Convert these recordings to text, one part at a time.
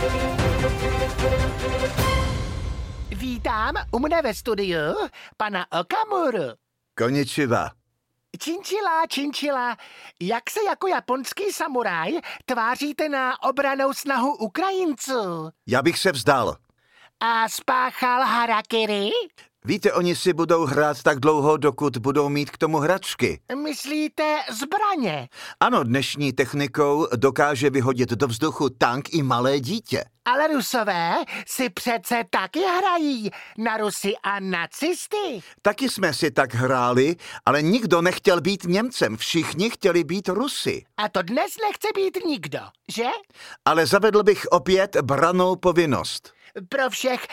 Vítám u mne ve studiu pana Okamuru. Konnichiwa. Činčila, jak se jako japonský samuraj tváříte na obranou snahu Ukrajinců? Já bych se vzdal. A spáchal harakiri? Víte, oni si budou hrát tak dlouho, dokud budou mít k tomu hračky. Myslíte zbraně? Ano, dnešní technikou dokáže vyhodit do vzduchu tank i malé dítě. Ale Rusové si přece taky hrají na Rusy a nacisty. Taky jsme si tak hráli, ale nikdo nechtěl být Němcem, všichni chtěli být Rusy. A to dnes nechce být nikdo, že? Ale zavedl bych opět brannou povinnost. Pro všech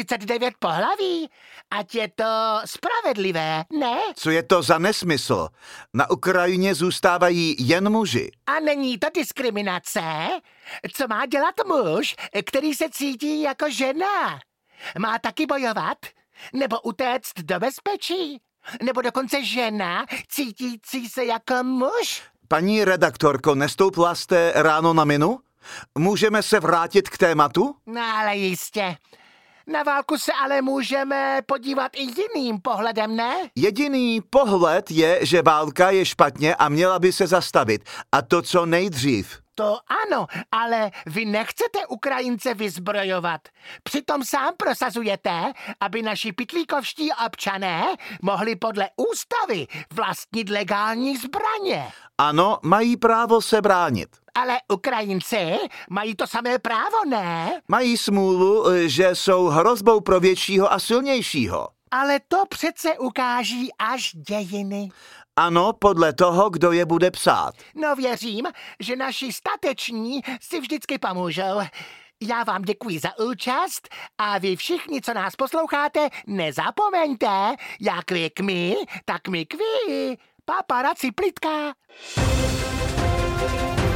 49 pohlaví? Ať je to spravedlivé, ne? Co je to za nesmysl? Na Ukrajině zůstávají jen muži. A není to diskriminace? Co má dělat muž, který se cítí jako žena? Má taky bojovat? Nebo utéct do bezpečí? Nebo dokonce žena, cítící se jako muž? Paní redaktorko, nestoupla jste ráno na minu? Můžeme se vrátit k tématu? No ale jistě. Na válku se ale můžeme podívat i jiným pohledem, ne? Jediný pohled je, že válka je špatně a měla by se zastavit. A to co nejdřív. To ano, ale vy nechcete Ukrajince vyzbrojovat. Přitom sám prosazujete, aby naši pytlíkovští občané mohli podle ústavy vlastnit legální zbraně. Ano, mají právo se bránit. Ale Ukrajinci mají to samé právo, ne? Mají smůlu, že jsou hrozbou pro většího a silnějšího. Ale to přece ukáží až dějiny. Ano, podle toho, kdo je bude psát. No věřím, že naši stateční si vždycky pomůžou. Já vám děkuji za účast a vy všichni, co nás posloucháte, nezapomeňte, jak vy k my, tak my k vy. Paparazzi plitka.